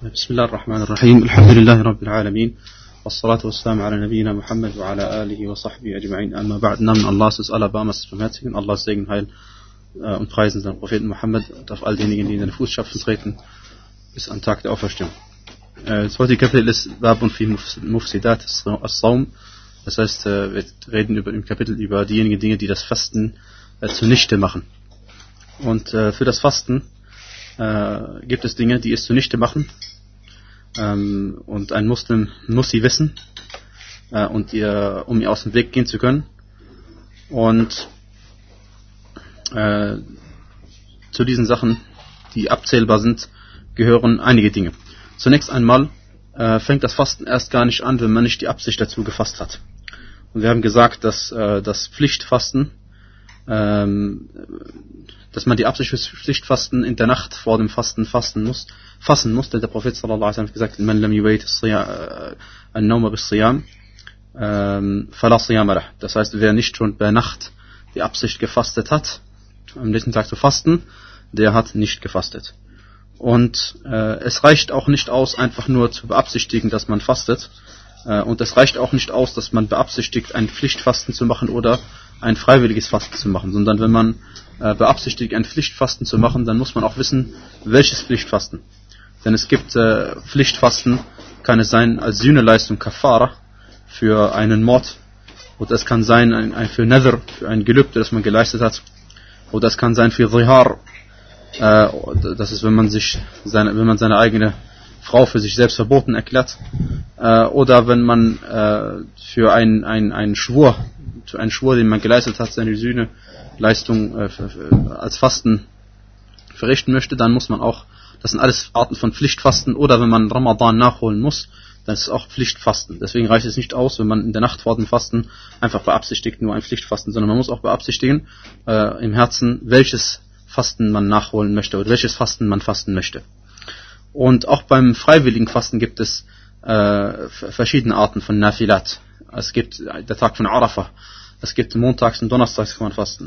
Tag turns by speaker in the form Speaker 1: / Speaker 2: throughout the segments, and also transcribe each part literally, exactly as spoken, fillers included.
Speaker 1: بسم الله الرحمن الرحيم الحمد لله رب العالمين والصلاة والسلام على نبينا Muhammad wa ala alihi wa sahbihi ajma'in. Amma ba'd. Im Namen Allahs ist allerbarmers barmherzigen, Allahs Segen, Heil äh, und Preisen seinen Propheten Muhammad und auf all diejenigen, die in seine Fußstapfen treten, bis am Tag der Auferstehung. Äh, das heutige Kapitel ist Babun fi Mufsidat as-Sawm. Das heißt, äh, wir reden über, im Kapitel über diejenigen Dinge, die das Fasten äh, zunichte machen. Und äh, für das Fasten äh, gibt es Dinge, die es zunichte machen. Ähm, und ein Muslim muss sie wissen, äh, und ihr, um ihr aus dem Weg gehen zu können. Und äh, zu diesen Sachen, die abzählbar sind, gehören einige Dinge. Zunächst einmal äh, fängt das Fasten erst gar nicht an, wenn man nicht die Absicht dazu gefasst hat. Und wir haben gesagt, dass äh, das Pflichtfasten, ähm, dass man die Absicht fürs Pflichtfasten in der Nacht vor dem Fasten fasten muss, fassen muss, denn der Prophet sallallahu alaihi wasallam hat gesagt, man lam yubayt an-nawma bis-siyam fala siyama lah. Das heißt, wer nicht schon bei Nacht die Absicht gefastet hat, am nächsten Tag zu fasten, der hat nicht gefastet. Und äh, es reicht auch nicht aus, einfach nur zu beabsichtigen, dass man fastet. Äh, und es reicht auch nicht aus, dass man beabsichtigt, ein Pflichtfasten zu machen oder ein freiwilliges Fasten zu machen, sondern wenn man äh, beabsichtigt, ein Pflichtfasten zu machen, dann muss man auch wissen, welches Pflichtfasten. Denn es gibt äh, Pflichtfasten, kann es sein als Sühneleistung Kafara für einen Mord, oder es kann sein ein, ein für Nadhr, für ein Gelübde, das man geleistet hat, oder es kann sein für Zihar, äh, das ist, wenn man sich seine, wenn man seine eigene Frau für sich selbst verboten erklärt, äh, oder wenn man äh, für einen ein, ein Schwur, für einen Schwur, den man geleistet hat, seine Sühneleistung äh, für, für, als Fasten verrichten möchte, dann muss man auch, das sind alles Arten von Pflichtfasten, oder wenn man Ramadan nachholen muss, dann ist es auch Pflichtfasten. Deswegen reicht es nicht aus, wenn man in der Nacht vor dem Fasten einfach beabsichtigt, nur ein Pflichtfasten, sondern man muss auch beabsichtigen äh, im Herzen, welches Fasten man nachholen möchte oder welches Fasten man fasten möchte. Und auch beim freiwilligen Fasten gibt es äh, verschiedene Arten von Nafilat. Es gibt der Tag von Arafah, es gibt montags und donnerstags kann man fasten.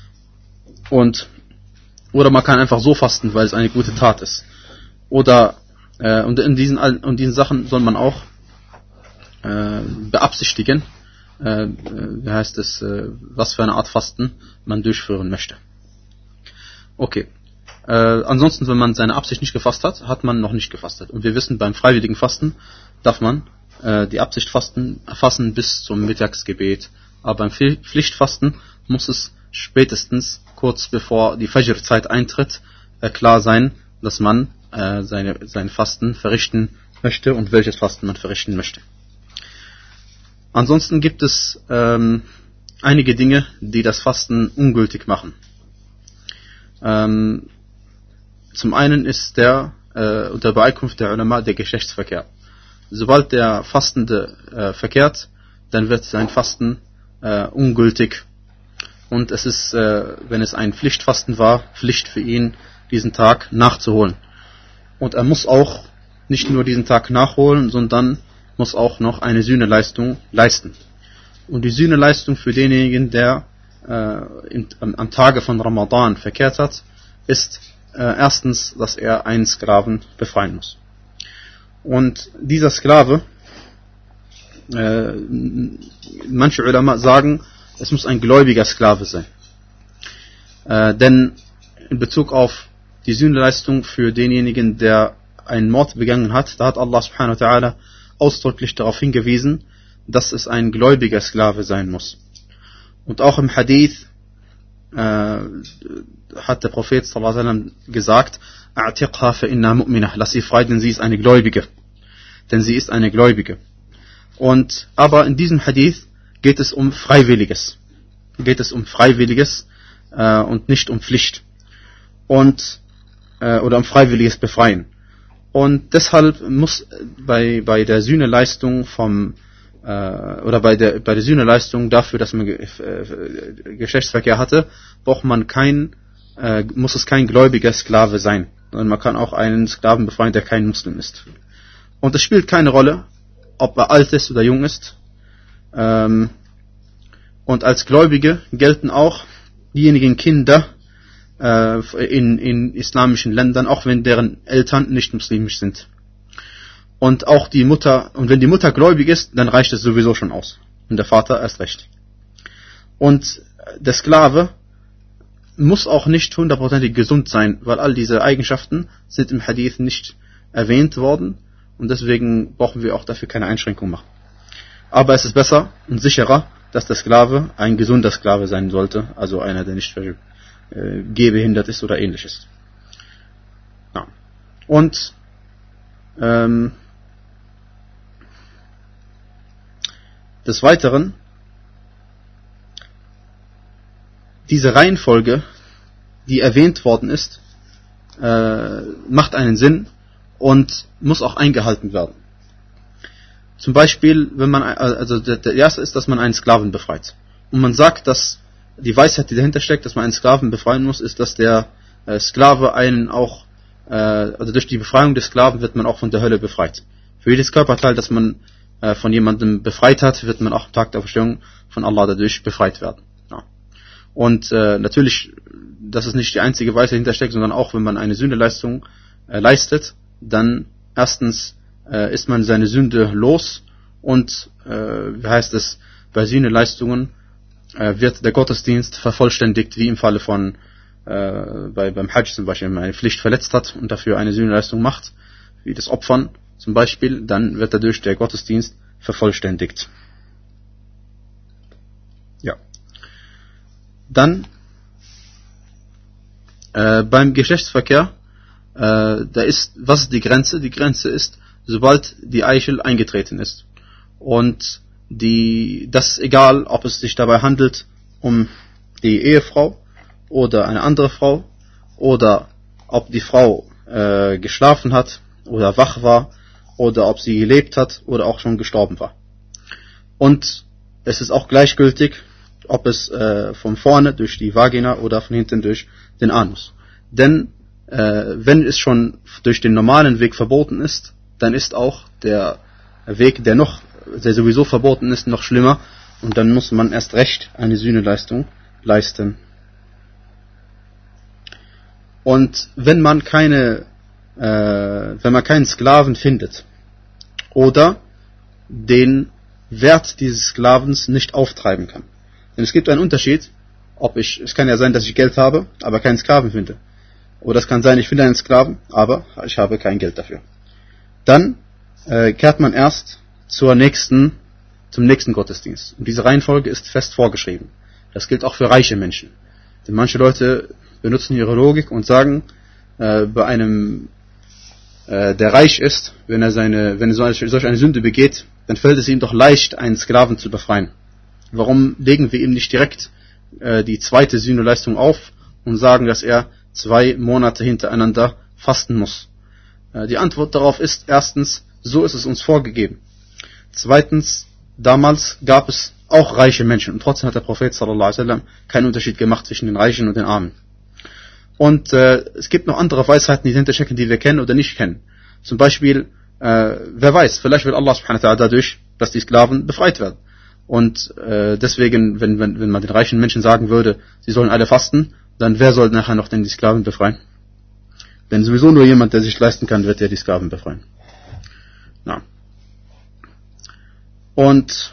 Speaker 1: Und oder man kann einfach so fasten, weil es eine gute Tat ist. Oder äh, und in diesen und diesen Sachen soll man auch äh, beabsichtigen, äh, wie heißt es, äh, was für eine Art Fasten man durchführen möchte. Okay. Äh, ansonsten, wenn man seine Absicht nicht gefasst hat, hat man noch nicht gefastet. Und wir wissen, beim freiwilligen Fasten darf man äh, die Absicht fasten, fassen bis zum Mittagsgebet. Aber beim Pflichtfasten muss es spätestens kurz bevor die Fajr-Zeit eintritt äh, klar sein, dass man äh, seine, sein Fasten verrichten möchte und welches Fasten man verrichten möchte. Ansonsten gibt es ähm, einige Dinge, die das Fasten ungültig machen. Ähm, Zum einen ist der äh, unter Beeinkunft der Ulama der Geschlechtsverkehr. Sobald der Fastende äh, verkehrt, dann wird sein Fasten äh, ungültig. Und es ist, äh, wenn es ein Pflichtfasten war, Pflicht für ihn, diesen Tag nachzuholen. Und er muss auch nicht nur diesen Tag nachholen, sondern muss auch noch eine Sühneleistung leisten. Und die Sühneleistung für denjenigen, der äh, im, am, am Tage von Ramadan verkehrt hat, ist Äh, erstens, dass er einen Sklaven befreien muss. Und dieser Sklave, äh, manche Ulama sagen, es muss ein gläubiger Sklave sein. Äh, denn in Bezug auf die Sühneleistung für denjenigen, der einen Mord begangen hat, da hat Allah subhanahu wa ta'ala ausdrücklich darauf hingewiesen, dass es ein gläubiger Sklave sein muss. Und auch im Hadith äh, hat der Prophet sallallahu alaihi wasallam gesagt, a'tiqha fa inna mu'minah, lass sie frei, denn sie ist eine Gläubige. Denn sie ist eine Gläubige. Und aber in diesem Hadith geht es um Freiwilliges. Geht es um Freiwilliges äh, und nicht um Pflicht. Und äh, oder um freiwilliges Befreien. Und deshalb muss bei bei der Sühneleistung vom oder bei der bei der Sühneleistung dafür, dass man Geschlechtsverkehr hatte, braucht man kein, äh, muss es kein gläubiger Sklave sein. Und man kann auch einen Sklaven befreien, der kein Muslim ist. Und es spielt keine Rolle, ob er alt ist oder jung ist. Ähm, und als Gläubige gelten auch diejenigen Kinder äh, in, in islamischen Ländern, auch wenn deren Eltern nicht muslimisch sind. Und auch die Mutter, und wenn die Mutter gläubig ist, dann reicht es sowieso schon aus. Und der Vater erst recht. Und der Sklave muss auch nicht hundertprozentig gesund sein, weil all diese Eigenschaften sind im Hadith nicht erwähnt worden und deswegen brauchen wir auch dafür keine Einschränkung machen. Aber es ist besser und sicherer, dass der Sklave ein gesunder Sklave sein sollte, also einer, der nicht äh, gehbehindert ist oder ähnliches. Ja. Und ähm, des Weiteren, diese Reihenfolge, die erwähnt worden ist, äh, macht einen Sinn und muss auch eingehalten werden. Zum Beispiel, wenn man, also der, der erste ist, dass man einen Sklaven befreit. Und man sagt, dass die Weisheit, die dahinter steckt, dass man einen Sklaven befreien muss, ist, dass der äh, Sklave einen auch, äh, also durch die Befreiung des Sklaven wird man auch von der Hölle befreit. Für jedes Körperteil, das man äh, von jemandem befreit hat, wird man auch am Tag der Auferstehung von Allah dadurch befreit werden. Ja. Und äh, natürlich, das ist nicht die einzige Weisheit dahinter steckt, sondern auch, wenn man eine Sündeleistung äh, leistet, dann erstens äh, ist man seine Sünde los und, äh, wie heißt es, bei Sündeleistungen äh, wird der Gottesdienst vervollständigt, wie im Falle von, äh, bei, beim Hajj zum Beispiel, wenn man eine Pflicht verletzt hat und dafür eine Sündeleistung macht, wie das Opfern zum Beispiel, dann wird dadurch der Gottesdienst vervollständigt. Ja. Dann äh, beim Geschlechtsverkehr, äh, da ist, was ist die Grenze? Die Grenze ist, sobald die Eichel eingetreten ist. Und die, das ist egal, ob es sich dabei handelt um die Ehefrau oder eine andere Frau oder ob die Frau äh, geschlafen hat oder wach war oder ob sie gelebt hat oder auch schon gestorben war. Und es ist auch gleichgültig, ob es äh, von vorne durch die Vagina oder von hinten durch den Anus. Denn äh, wenn es schon durch den normalen Weg verboten ist, dann ist auch der Weg, der noch, der sowieso verboten ist, noch schlimmer und dann muss man erst recht eine Sühneleistung leisten. Und wenn man keine, äh, wenn man keinen Sklaven findet oder den Wert dieses Sklavens nicht auftreiben kann. Denn es gibt einen Unterschied, ob ich, es kann ja sein, dass ich Geld habe, aber keinen Sklaven finde. Oder es kann sein, ich finde einen Sklaven, aber ich habe kein Geld dafür. Dann äh, kehrt man erst zur nächsten, zum nächsten Gottesdienst. Und diese Reihenfolge ist fest vorgeschrieben. Das gilt auch für reiche Menschen. Denn manche Leute benutzen ihre Logik und sagen, äh, bei einem, äh, der reich ist, wenn er seine, wenn er solch eine Sünde begeht, dann fällt es ihm doch leicht, einen Sklaven zu befreien. Warum legen wir ihm nicht direkt äh, die zweite Sühneleistung auf und sagen, dass er zwei Monate hintereinander fasten muss? Äh, die Antwort darauf ist, erstens, so ist es uns vorgegeben. Zweitens, damals gab es auch reiche Menschen und trotzdem hat der Prophet sallallahu alaihi wasallam keinen Unterschied gemacht zwischen den Reichen und den Armen. Und äh, es gibt noch andere Weisheiten, die dahinter stecken, die wir kennen oder nicht kennen. Zum Beispiel, äh, wer weiß, vielleicht will Allah subhanahu wa ta'ala dadurch, dass die Sklaven befreit werden. Und äh, deswegen, wenn, wenn, wenn man den reichen Menschen sagen würde, sie sollen alle fasten, dann wer soll nachher noch denn die Sklaven befreien? Denn sowieso nur jemand, der sich leisten kann, wird ja die Sklaven befreien. Na. Und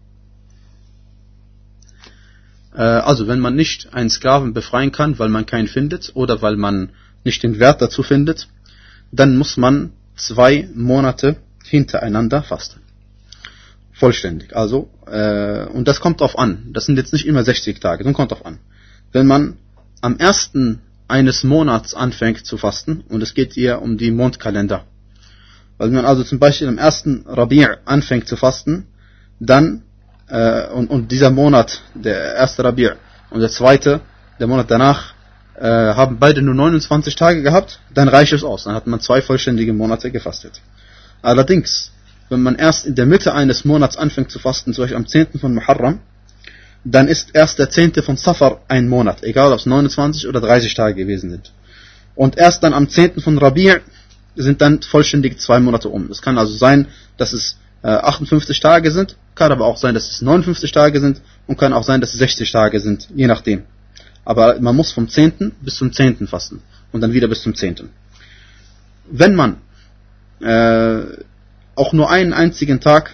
Speaker 1: äh, also wenn man nicht einen Sklaven befreien kann, weil man keinen findet oder weil man nicht den Wert dazu findet, dann muss man zwei Monate hintereinander fasten. Vollständig. Also, äh, und das kommt drauf an. Das sind jetzt nicht immer sechzig Tage, das kommt drauf an. Wenn man am ersten eines Monats anfängt zu fasten, und es geht hier um die Mondkalender. Weil wenn man also zum Beispiel am ersten Rabi' anfängt zu fasten, dann, äh, und, und dieser Monat, der erste Rabi' und der zweite, der Monat danach, äh, haben beide nur neunundzwanzig Tage gehabt, dann reicht es aus. Dann hat man zwei vollständige Monate gefastet. Allerdings, wenn man erst in der Mitte eines Monats anfängt zu fasten, zum Beispiel am zehnten von Muharram, dann ist erst der zehnte von Safar ein Monat, egal ob es neunundzwanzig oder dreißig Tage gewesen sind. Und erst dann am zehnten von Rabi' sind dann vollständig zwei Monate um. Es kann also sein, dass es äh, achtundfünfzig Tage sind, kann aber auch sein, dass es neunundfünfzig Tage sind und kann auch sein, dass es sechzig Tage sind, je nachdem. Aber man muss vom zehnten bis zum zehnten fasten und dann wieder bis zum zehnten. Wenn man äh, auch nur einen einzigen Tag,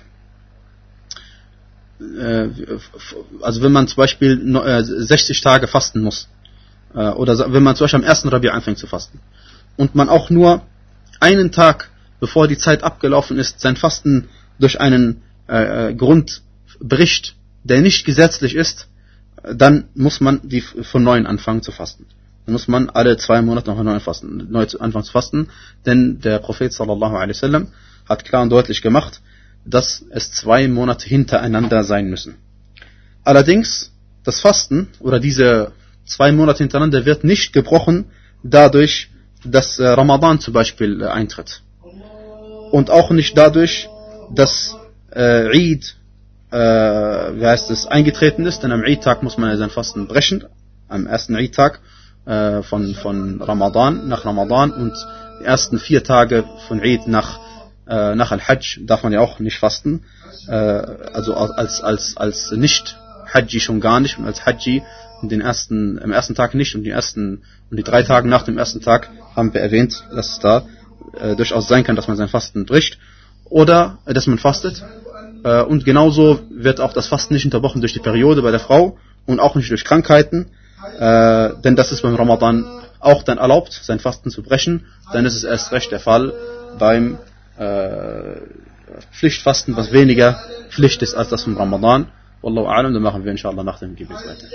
Speaker 1: äh, also wenn man zum Beispiel äh, sechzig Tage fasten muss, äh, oder wenn man zum Beispiel am ersten Rabi' anfängt zu fasten, und man auch nur einen Tag, bevor die Zeit abgelaufen ist, sein Fasten durch einen äh, Grund bricht, der nicht gesetzlich ist, dann muss man die von neuem anfangen zu fasten. Dann muss man alle zwei Monate noch neu, fasten, neu anfangen zu fasten, denn der Prophet sallallahu alaihi wasallam hat klar und deutlich gemacht, dass es zwei Monate hintereinander sein müssen. Allerdings, das Fasten oder diese zwei Monate hintereinander wird nicht gebrochen dadurch, dass äh, Ramadan zum Beispiel äh, eintritt. Und auch nicht dadurch, dass äh, Eid, äh, wie heißt es, eingetreten ist, denn am Eid-Tag muss man ja sein Fasten brechen, am ersten Eid-Tag äh, von, von Ramadan, nach Ramadan, und die ersten vier Tage von Eid nach, äh, nach Al-Hajj darf man ja auch nicht fasten, äh, also als, als, als Nicht-Hajji schon gar nicht, und als Hajji den ersten, am ersten Tag nicht, und die ersten, und die drei Tage nach dem ersten Tag haben wir erwähnt, dass es da äh, durchaus sein kann, dass man sein Fasten bricht oder äh, dass man fastet. Äh, und genauso wird auch das Fasten nicht unterbrochen durch die Periode bei der Frau und auch nicht durch Krankheiten, äh, denn das ist beim Ramadan auch dann erlaubt, sein Fasten zu brechen. Dann ist es erst recht der Fall beim äh, Pflichtfasten, was weniger Pflicht ist als das vom Ramadan. Wallahu a'lam, dann machen wir inshallah nach dem Gebet weiter.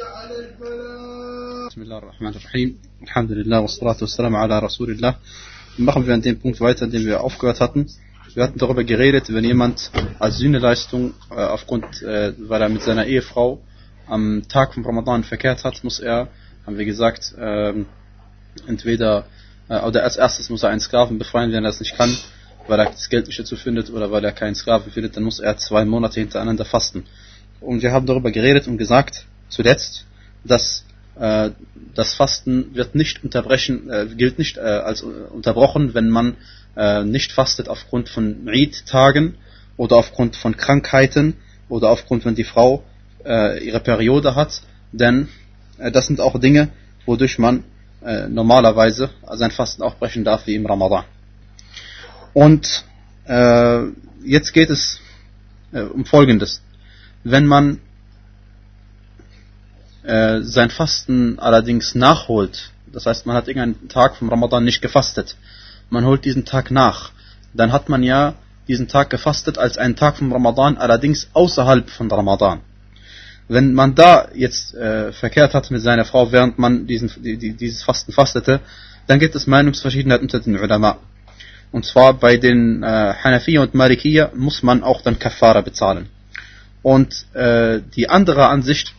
Speaker 1: Bismillahirrahmanirrahim. Alhamdulillah, wassalatu wassalamu ala Rasulillah. Machen wir an dem Punkt weiter, an dem wir aufgehört hatten. Wir hatten darüber geredet, wenn jemand als Sühneleistung äh, aufgrund, äh, weil er mit seiner Ehefrau am Tag vom Ramadan verkehrt hat, muss er, haben wir gesagt, äh, entweder, äh, oder als erstes muss er einen Sklaven befreien, wenn er das nicht kann, weil er das Geld nicht dazu findet oder weil er keinen Sklaven findet, dann muss er zwei Monate hintereinander fasten. Und wir haben darüber geredet und gesagt, zuletzt, dass äh, das Fasten wird nicht unterbrechen, äh, gilt nicht äh, als unterbrochen, wenn man äh, nicht fastet aufgrund von Eid-Tagen oder aufgrund von Krankheiten oder aufgrund, wenn die Frau äh, ihre Periode hat, denn äh, das sind auch Dinge, wodurch man äh, normalerweise sein Fasten auch brechen darf, wie im Ramadan. Und äh, jetzt geht es äh, um Folgendes. Wenn man äh, sein Fasten allerdings nachholt, das heißt, man hat irgendeinen Tag vom Ramadan nicht gefastet, man holt diesen Tag nach, dann hat man ja diesen Tag gefastet als einen Tag vom Ramadan, allerdings außerhalb von Ramadan. Wenn man da jetzt äh, verkehrt hat mit seiner Frau, während man diesen, die, die, dieses Fasten fastete, dann gibt es Meinungsverschiedenheit unter den Ulama. Und zwar bei den äh, Hanafiya und Malikiya muss man auch dann Kafara bezahlen. Und äh, die andere Ansicht,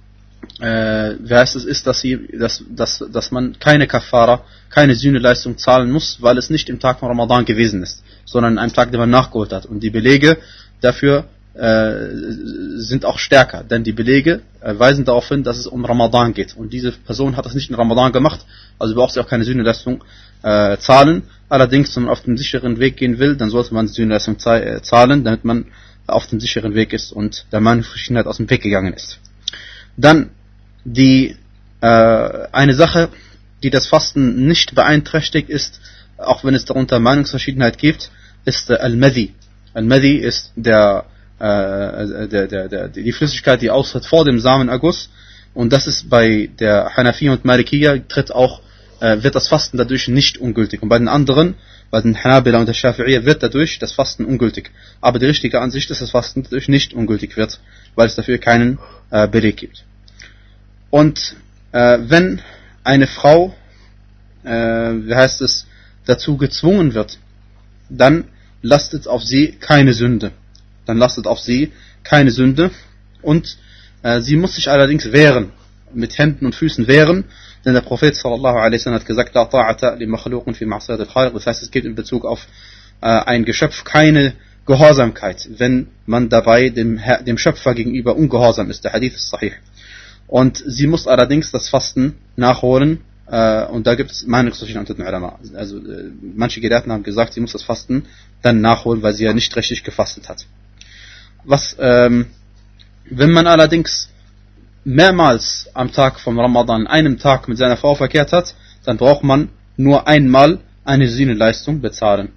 Speaker 1: äh, wie heißt es, ist, dass, sie, dass, dass, dass man keine Kafara, keine Sühneleistung zahlen muss, weil es nicht im Tag von Ramadan gewesen ist, sondern an einem Tag, den man nachgeholt hat. Und die Belege dafür äh, sind auch stärker, denn die Belege äh, weisen darauf hin, dass es um Ramadan geht. Und diese Person hat das nicht in Ramadan gemacht, also braucht sie auch keine Sühneleistung äh, zahlen. Allerdings, wenn man auf dem sicheren Weg gehen will, dann sollte man Sühneleistung zahlen, damit man auf dem sicheren Weg ist und der Meinungsverschiedenheit aus dem Weg gegangen ist. Dann die äh, eine Sache, die das Fasten nicht beeinträchtigt ist, auch wenn es darunter Meinungsverschiedenheit gibt, ist äh, Al-Madhi. Al-Madhi ist der, äh, der, der, der, die Flüssigkeit, die austritt vor dem Samenerguss, und das ist bei der Hanafi und Malikiya tritt auch, äh, wird das Fasten dadurch nicht ungültig. Und bei den anderen, bei den Hanabila und der Shafi'iyya, wird dadurch das Fasten ungültig. Aber die richtige Ansicht ist, dass das Fasten dadurch nicht ungültig wird, weil es dafür keinen äh, Beleg gibt. Und äh, wenn eine Frau, äh, wie heißt es, dazu gezwungen wird, dann lastet auf sie keine Sünde. Dann lastet auf sie keine Sünde. Und äh, sie muss sich allerdings wehren, mit Händen und Füßen wehren, denn der Prophet sallallahu alaihi wasallam hat gesagt, La ta'ata li makhluqin fi ma'siyati al-khaliq. Das heißt, es gibt in Bezug auf äh, ein Geschöpf keine Gehorsamkeit, wenn man dabei dem, Herr, dem Schöpfer gegenüber ungehorsam ist. Der Hadith ist sahih. Und sie muss allerdings das Fasten nachholen, äh, und da gibt es Meinungsverschiedenheit unter den Ulama. Also äh, manche Gelehrten haben gesagt, sie muss das Fasten dann nachholen, weil sie ja nicht richtig gefastet hat. Was, ähm, wenn man allerdings mehrmals am Tag vom Ramadan, einem Tag mit seiner Frau verkehrt hat, dann braucht man nur einmal eine Sühneleistung bezahlen.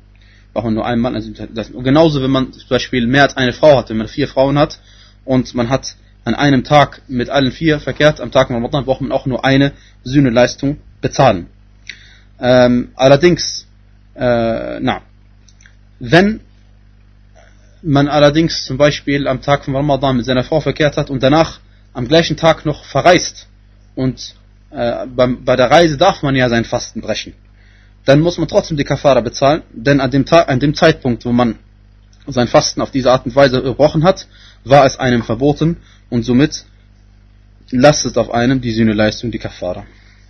Speaker 1: braucht man nur einen Mann. Also das, genauso, wenn man zum Beispiel mehr als eine Frau hat, wenn man vier Frauen hat und man hat an einem Tag mit allen vier verkehrt, am Tag von Ramadan braucht man auch nur eine Sühneleistung bezahlen. Ähm, allerdings, äh, na, wenn man allerdings zum Beispiel am Tag von Ramadan mit seiner Frau verkehrt hat und danach am gleichen Tag noch verreist und äh, beim, bei der Reise darf man ja sein Fasten brechen, dann muss man trotzdem die Kafara bezahlen, denn an dem, Tag, an dem Zeitpunkt, wo man sein Fasten auf diese Art und Weise gebrochen hat, war es einem verboten und somit lastet auf einem die Sühneleistung, die Kafara.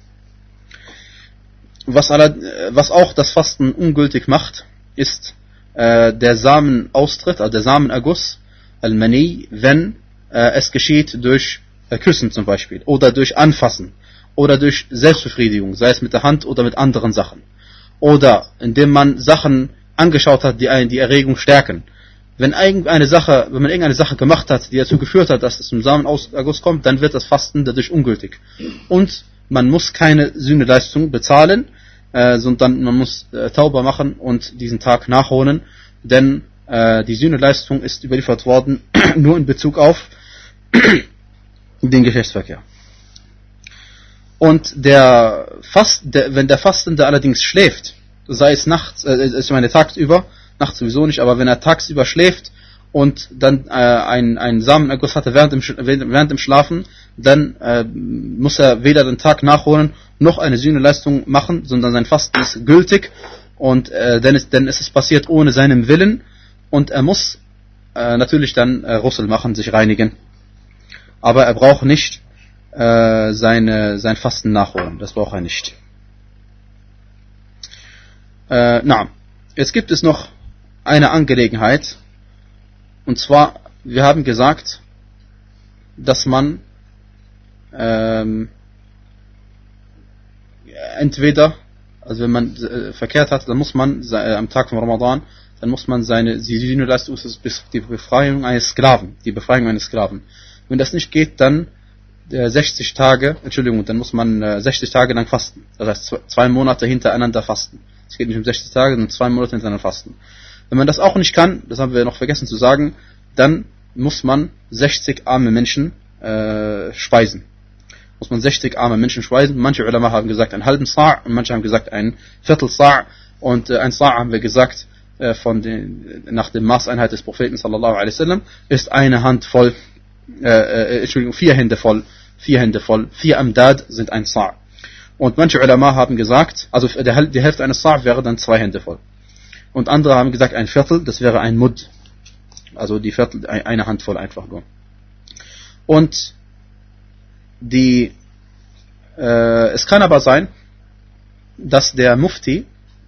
Speaker 1: Was, aller, was auch das Fasten ungültig macht, ist äh, der Samenaustritt, also der Samenerguss, Al-Mani, wenn äh, es geschieht durch äh, Küssen zum Beispiel, oder durch Anfassen, oder durch Selbstbefriedigung, sei es mit der Hand oder mit anderen Sachen, oder indem man Sachen angeschaut hat, die einen die Erregung stärken. Wenn irgendeine Sache, wenn man irgendeine Sache gemacht hat, die dazu geführt hat, dass es zum Samenerguss kommt, dann wird das Fasten dadurch ungültig. Und man muss keine Sühneleistung bezahlen, äh, sondern man muss äh, Tauba machen und diesen Tag nachholen, denn äh, die Sühneleistung ist überliefert worden nur in Bezug auf den Geschlechtsverkehr. Und der Fast, der, wenn der Fastende allerdings schläft, sei es nachts, äh, ich meine tagsüber, nachts sowieso nicht, aber wenn er tagsüber schläft und dann äh, einen, einen Samenerguss hatte während dem, während dem Schlafen, dann äh, muss er weder den Tag nachholen noch eine Sühneleistung machen, sondern sein Fasten ist gültig und äh, denn, ist, denn es ist passiert ohne seinen Willen und er muss äh, natürlich dann äh, Ghusl machen, sich reinigen, aber er braucht nicht äh, seine, sein Fasten nachholen, das braucht er nicht. Äh, na, jetzt gibt es noch eine Angelegenheit, und zwar, wir haben gesagt, dass man ähm, entweder, also wenn man äh, verkehrt hat, dann muss man äh, am Tag von Ramadan, dann muss man seine Sühneleistung, die Befreiung eines Sklaven, die Befreiung eines Sklaven. Wenn das nicht geht, dann äh, sechzig Tage, Entschuldigung, dann muss man äh, sechzig Tage lang fasten. Das heißt zwei, zwei Monate hintereinander fasten. Es geht nicht um sechzig Tage, sondern zwei Monate hintereinander fasten. Wenn man das auch nicht kann, das haben wir noch vergessen zu sagen, dann muss man sechzig arme Menschen äh, speisen. Muss man sechzig arme Menschen speisen. Manche Ulama haben gesagt einen halben Sa' und manche haben gesagt ein Viertel Sa' und äh, ein Sa' haben wir gesagt äh, von den, nach der Maßeinheit des Propheten sallallahu alaihi wasallam ist eine Hand voll, äh, äh, Entschuldigung, vier Hände voll, vier Hände voll, vier Amdad sind ein Sa'. Und manche Ulama haben gesagt, also der, die Hälfte eines Sa' wäre dann zwei Hände voll. Und andere haben gesagt, ein Viertel, das wäre ein Mud. Also die Viertel, eine Handvoll einfach nur. Und die, äh, es kann aber sein, dass der Mufti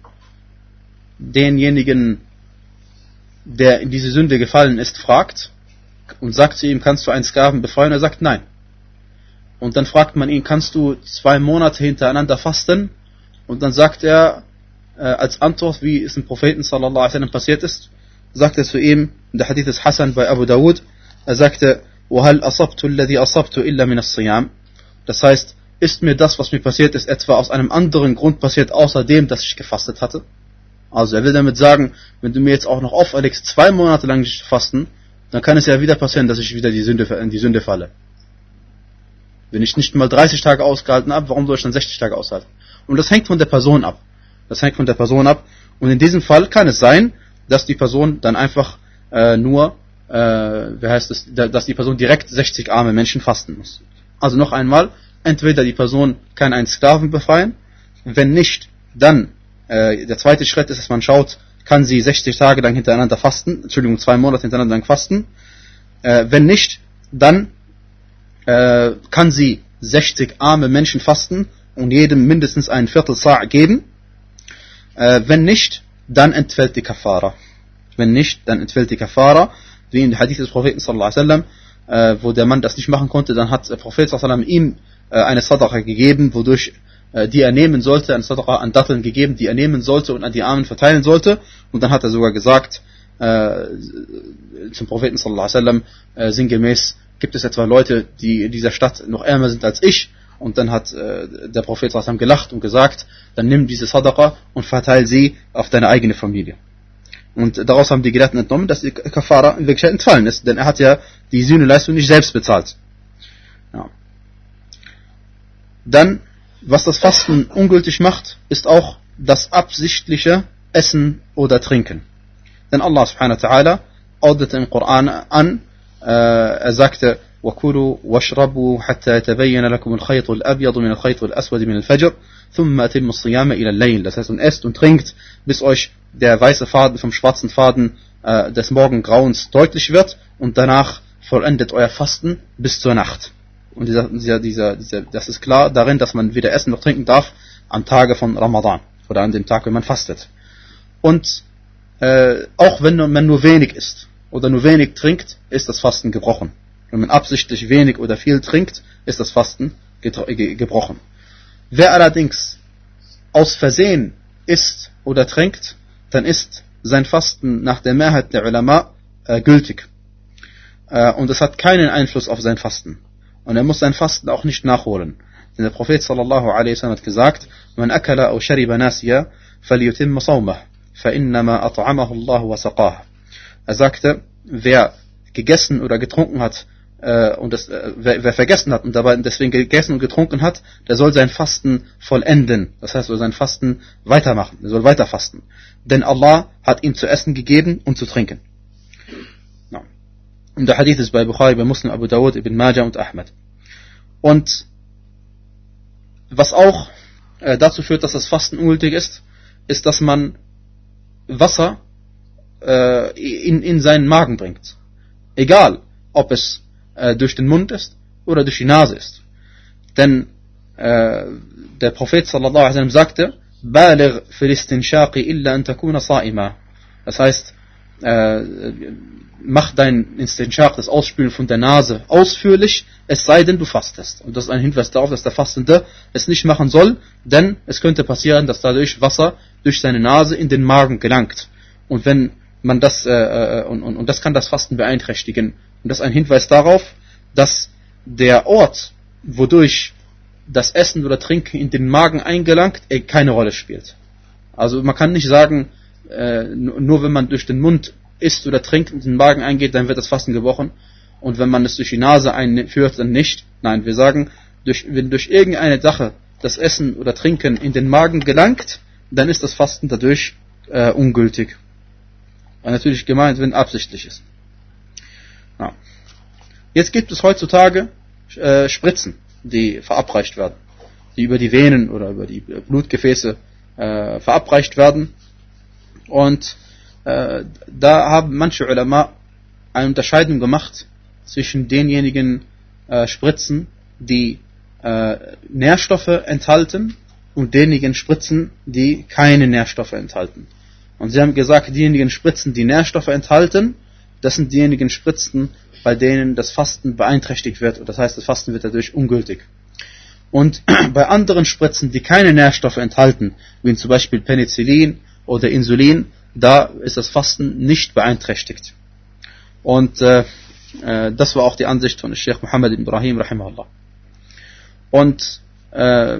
Speaker 1: denjenigen, der in diese Sünde gefallen ist, fragt und sagt zu ihm, kannst du einen Sklaven befreien? Er sagt nein. Und dann fragt man ihn, kannst du zwei Monate hintereinander fasten? Und dann sagt er, äh, als Antwort, wie es dem Propheten sallallahu alaihi wasallam passiert ist, sagt er zu ihm, der Hadith ist Hassan bei Abu Dawud, er sagte, وَهَلْ أَصَبْتُ الَّذِي أَصَبْتُ إِلَّا مِنَ الصِّيَامِ. Das heißt, ist mir das, was mir passiert ist, etwa aus einem anderen Grund passiert, außer dem, dass ich gefastet hatte? Also er will damit sagen, wenn du mir jetzt auch noch auferlegst, zwei Monate lang nicht fasten, dann kann es ja wieder passieren, dass ich wieder die Sünde, in die Sünde falle. Wenn ich nicht mal dreißig Tage ausgehalten habe, warum soll ich dann sechzig Tage aushalten? Und das hängt von der Person ab. Das hängt von der Person ab. Und in diesem Fall kann es sein, dass die Person dann einfach äh, nur, äh, wie heißt es, dass die Person direkt sechzig arme Menschen fasten muss. Also noch einmal, entweder die Person kann einen Sklaven befreien, wenn nicht, dann äh, der zweite Schritt ist, dass man schaut, kann sie sechzig Tage lang hintereinander fasten, Entschuldigung, zwei Monate hintereinander lang fasten. Äh, wenn nicht, dann äh, kann sie sechzig arme Menschen fasten und jedem mindestens ein Viertel Sa' geben. Äh, wenn nicht, dann entfällt die Kafara. Wenn nicht, dann entfällt die Kafara, wie in der Hadith des Propheten sallallahu alaihi wasallam, äh, wo der Mann das nicht machen konnte, dann hat der Prophet sallallahu alaihi wasallam ihm äh, eine Sadaqa gegeben, wodurch äh, die er nehmen sollte, eine Sadaqa an Datteln gegeben, die er nehmen sollte und an die Armen verteilen sollte. Und dann hat er sogar gesagt äh, zum Propheten sallallahu alaihi wasallam äh, sinngemäß, gibt es etwa Leute, die in dieser Stadt noch ärmer sind als ich? Und dann hat äh, der Prophet sallallahu alaihi wasallam gelacht und gesagt, dann nimm diese Sadaqa und verteil sie auf deine eigene Familie. Und daraus haben die Gelehrten entnommen, dass die Kafara in Wirklichkeit entfallen ist, denn er hat ja die Sühneleistung nicht selbst bezahlt. Ja. Dann, was das Fasten ungültig macht, ist auch das absichtliche Essen oder Trinken. Denn Allah subhanahu wa ta'ala ordnete im Koran an, äh, er sagte, وَكُلُوا وَاشْرَبُوا حَتَّى يَتَبَيَّنَ لَكُمُ الْخَيْطُ الْأَبْيَضُ مِنَ الْخَيْطِ الْأَسْوَدِ مِنَ الْفَجْرِ ثُمَّ أَتِمُّوا الصِّيَامَ إِلَى اللَّيْلِ. Das heißt, und esst und trinkt, bis euch der weiße Faden vom schwarzen Faden äh, des Morgengrauens deutlich wird, und danach vollendet euer Fasten bis zur Nacht. Und dieser, dieser, dieser, dieser, das ist klar darin, dass man weder essen noch trinken darf am Tage von Ramadan oder an dem Tag, wenn man fastet. Und äh, auch wenn man nur wenig isst oder nur wenig trinkt, ist das Fasten gebrochen. Wenn man absichtlich wenig oder viel trinkt, ist das Fasten gebrochen. Wer allerdings aus Versehen isst oder trinkt, dann ist sein Fasten nach der Mehrheit der Ulama äh, gültig. Äh, und es hat keinen Einfluss auf sein Fasten. Und er muss sein Fasten auch nicht nachholen. Denn der Prophet sallallahu alaihi wasallam hat gesagt, Man akala au shariba nasiya, falyutimma sawmah, fa innama at'amahu Allah wa saqah. Er sagte, wer gegessen oder getrunken hat, äh, und das, äh, wer, wer vergessen hat und dabei deswegen gegessen und getrunken hat, der soll sein Fasten vollenden. Das heißt, er soll sein Fasten weitermachen. Er soll weiter fasten. Denn Allah hat ihm zu essen gegeben und zu trinken. Ja. Und der Hadith ist bei Bukhari, bei Muslim, Abu Dawud, Ibn Majah und Ahmad. Und was auch äh, dazu führt, dass das Fasten ungültig ist, ist, dass man Wasser äh, in, in seinen Magen bringt. Egal, ob es äh, durch den Mund ist oder durch die Nase ist. Denn äh, der Prophet sallallahu alaihi wasallam sagte, Baligh fil istinshaqi illa an takuna sa'ima. Das heißt, äh, mach dein Istinshaq, das Ausspülen von der Nase, ausführlich, es sei denn, du fastest. Und das ist ein Hinweis darauf, dass der Fastende es nicht machen soll, denn es könnte passieren, dass dadurch Wasser durch seine Nase in den Magen gelangt. Und wenn man das äh, und, und, und das kann das Fasten beeinträchtigen. Und das ist ein Hinweis darauf, dass der Ort, wodurch das Essen oder Trinken in den Magen eingelangt, äh, keine Rolle spielt. Also man kann nicht sagen, äh, nur wenn man durch den Mund isst oder trinkt und in den Magen eingeht, dann wird das Fasten gebrochen. Und wenn man es durch die Nase einführt, dann nicht. Nein, wir sagen, durch, wenn durch irgendeine Sache das Essen oder Trinken in den Magen gelangt, dann ist das Fasten dadurch äh, ungültig. Weil natürlich gemeint, wenn absichtlich ist. Ja. Jetzt gibt es heutzutage äh, Spritzen, die verabreicht werden, die über die Venen oder über die Blutgefäße äh, verabreicht werden. Und äh, da haben manche Ulama eine Unterscheidung gemacht zwischen denjenigen äh, Spritzen, die äh, Nährstoffe enthalten, und denjenigen Spritzen, die keine Nährstoffe enthalten. Und sie haben gesagt, diejenigen Spritzen, die Nährstoffe enthalten, das sind diejenigen Spritzen, bei denen das Fasten beeinträchtigt wird. Und das heißt, das Fasten wird dadurch ungültig. Und bei anderen Spritzen, die keine Nährstoffe enthalten, wie zum Beispiel Penicillin oder Insulin, da ist das Fasten nicht beeinträchtigt. Und äh, äh, das war auch die Ansicht von Sheikh Muhammad ibn Ibrahim, rahimahullah. Und äh,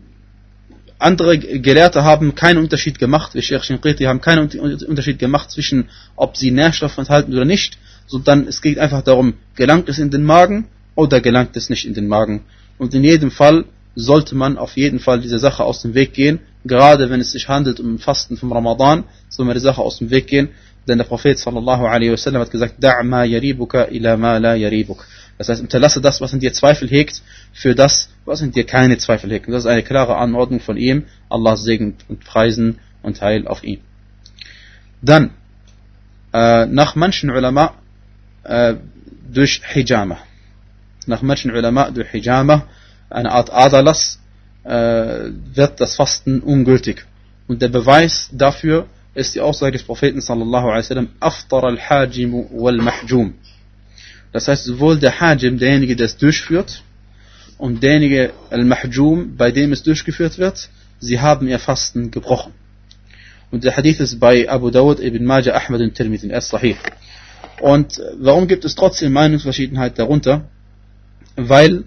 Speaker 1: andere Gelehrte haben keinen Unterschied gemacht, wie Sheikh Shinqiti, haben keinen Unterschied gemacht zwischen, ob sie Nährstoffe enthalten oder nicht, sondern es geht einfach darum, gelangt es in den Magen oder gelangt es nicht in den Magen. Und in jedem Fall sollte man auf jeden Fall diese Sache aus dem Weg gehen, gerade wenn es sich handelt um Fasten vom Ramadan, soll man die Sache aus dem Weg gehen, denn der Prophet sallallahu alaihi wasallam hat gesagt, Da' ma yaribuka ila ma la yaribuk. Das heißt, unterlasse das, was in dir Zweifel hegt, für das, was in dir keine Zweifel hegt. Und das ist eine klare Anordnung von ihm. Allah Segen und Preisen und Heil auf ihn. Dann, äh, nach manchen Ulama, äh, durch Hijama. Nach manchen Ulama durch Hijama, eine Art Adalas, äh, wird das Fasten ungültig. Und der Beweis dafür ist die Aussage des Propheten sallallahu alaihi wasallam, Aftar al-Hajim wal-Mahjum. Das heißt, sowohl der Hajim, derjenige, der es durchführt, und derjenige Al-Mahjum, bei dem es durchgeführt wird, sie haben ihr Fasten gebrochen. Und der Hadith ist bei Abu Dawud, Ibn Majah, Ahmad und Tirmidhi, er ist sahih. Und warum gibt es trotzdem Meinungsverschiedenheit darunter? Weil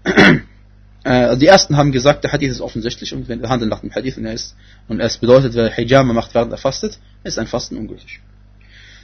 Speaker 1: äh, die ersten haben gesagt, der Hadith ist offensichtlich, und wenn wir handeln nach dem Hadith und er ist, und es bedeutet, wer Hijama macht, während er fastet, ist ein Fasten ungültig.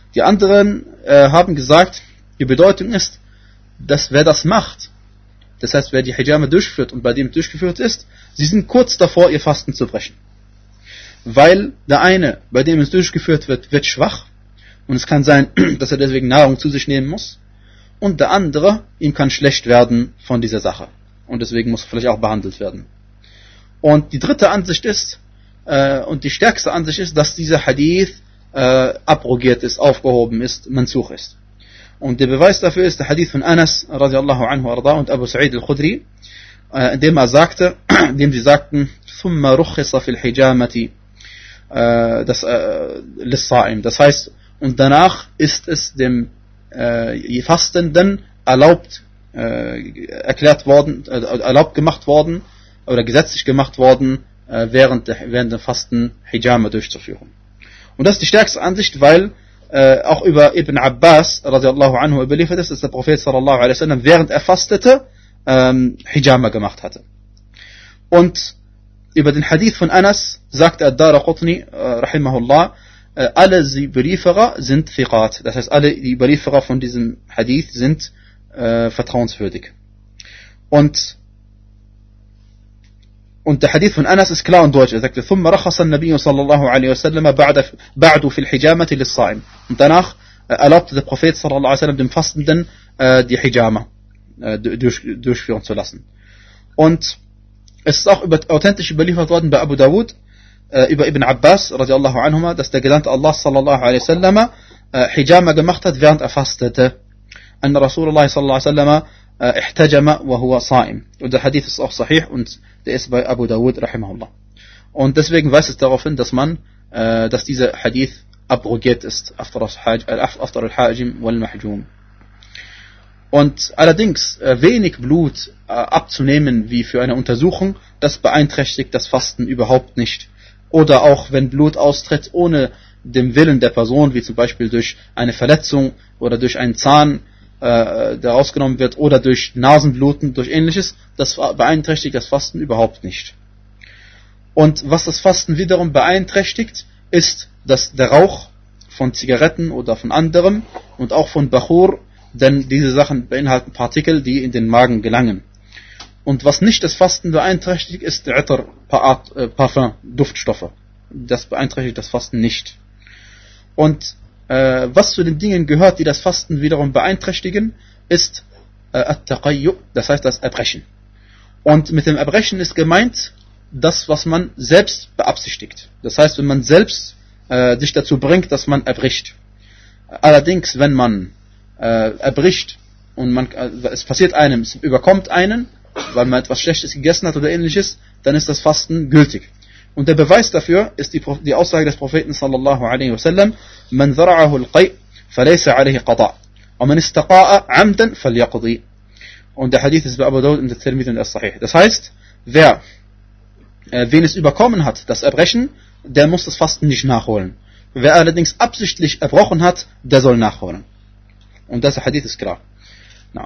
Speaker 1: Die anderen äh, haben gesagt, die Bedeutung ist, dass wer das macht, das heißt, wer die Hijama durchführt und bei dem durchgeführt ist, sie sind kurz davor, ihr Fasten zu brechen. Weil der eine, bei dem es durchgeführt wird, wird schwach und es kann sein, dass er deswegen Nahrung zu sich nehmen muss, und der andere, ihm kann schlecht werden von dieser Sache und deswegen muss er vielleicht auch behandelt werden. Und die dritte Ansicht ist, äh, und die stärkste Ansicht ist, dass dieser Hadith äh, abrogiert ist, aufgehoben ist, mansukh ist. Und der Beweis dafür ist der Hadith von Anas radiallahu anhu arda und Abu Sa'id al-Khudri, äh, in dem er sagte, in dem sie sagten, ثُمَّ رُخِّصَ فِي الْحِجَامَةِ das, äh, لِلصَّائِمِ. Das heißt, und danach ist es dem äh, Fastenden erlaubt äh, erklärt worden, äh, erlaubt gemacht worden oder gesetzlich gemacht worden, äh, während, der, während dem Fasten Hijama durchzuführen. Und das ist die stärkste Ansicht, weil äh, auch über Ibn Abbas radiallahu anhu überliefert ist, dass der Prophet sallallahu alaihi wasallam während er fastete ähm, Hijama gemacht hatte. Und über den Hadith von Anas sagt Ad-Daraqutni äh, rahimahullah, äh, alle die Überlieferer sind Thiqat, das heißt alle die Überlieferer von diesem Hadith sind äh, vertrauenswürdig. Und Und der Hadith von Anas ist klar und deutlich. Er sagte, ثُمَّ رَخَصَ النَّبِيُّ صَلَّى اللَّهُ عَلَيْهِ وَسَلَّمَ بَعْدُ فِي الْحِجَامَةِ لِلصَّائِمِ. Und danach äh, erlaubte der Prophet sallallahu alaihi wasallam dem Fastenden äh, die Hijama äh, durch, durchführen zu lassen. Und es ist auch über, authentisch überliefert worden bei Abu Dawud äh, über Ibn Abbas radiallahu anhuma, dass der Gesandte Allah sallallahu alaihi wasallam äh, Hijama gemacht hat, während er fastete. An Rasulullah sallallahu alaihi wasallam ihtajama wa huwa sa'im. Und der Hadith ist auch sahih und der ist bei Abu Dawud rahimahullah. Und deswegen weist es darauf hin, dass man, äh, dass dieser Hadith abrogiert ist, aftar al-hajim wal-mahjum. Und allerdings äh, wenig Blut äh, abzunehmen wie für eine Untersuchung, das beeinträchtigt das Fasten überhaupt nicht. Oder auch wenn Blut austritt ohne den Willen der Person, wie zum Beispiel durch eine Verletzung oder durch einen Zahn, äh, der rausgenommen wird, oder durch Nasenbluten, durch ähnliches, das beeinträchtigt das Fasten überhaupt nicht. Und was das Fasten wiederum beeinträchtigt, ist, dass der Rauch von Zigaretten oder von anderem und auch von Bachur, denn diese Sachen beinhalten Partikel, die in den Magen gelangen. Und was nicht das Fasten beeinträchtigt, ist der Itr, Parfum, Duftstoffe. Das beeinträchtigt das Fasten nicht. Und äh, was zu den Dingen gehört, die das Fasten wiederum beeinträchtigen, ist äh, At-Taqayyu, das heißt das Erbrechen. Und mit dem Erbrechen ist gemeint, das, was man selbst beabsichtigt. Das heißt, wenn man selbst äh, sich dazu bringt, dass man erbricht. Allerdings, wenn man äh, erbricht und man, äh, es passiert einem, es überkommt einen, weil man etwas Schlechtes gegessen hat oder ähnliches, dann ist das Fasten gültig. Und der Beweis dafür ist die, die Aussage des Propheten sallallahu alaihi wasallam: Man zara'ahu al-qay' falaysa alayhi qada' wa man istaqa'a 'amdan falyaqdi. Und der Hadith ist bei Abu Dawud und der Tirmidhi und der Sahih. Das heißt, wer äh, wen es überkommen hat, das Erbrechen, der muss das Fasten nicht nachholen. Wer allerdings absichtlich erbrochen hat, der soll nachholen. Und das Hadith ist klar. Na.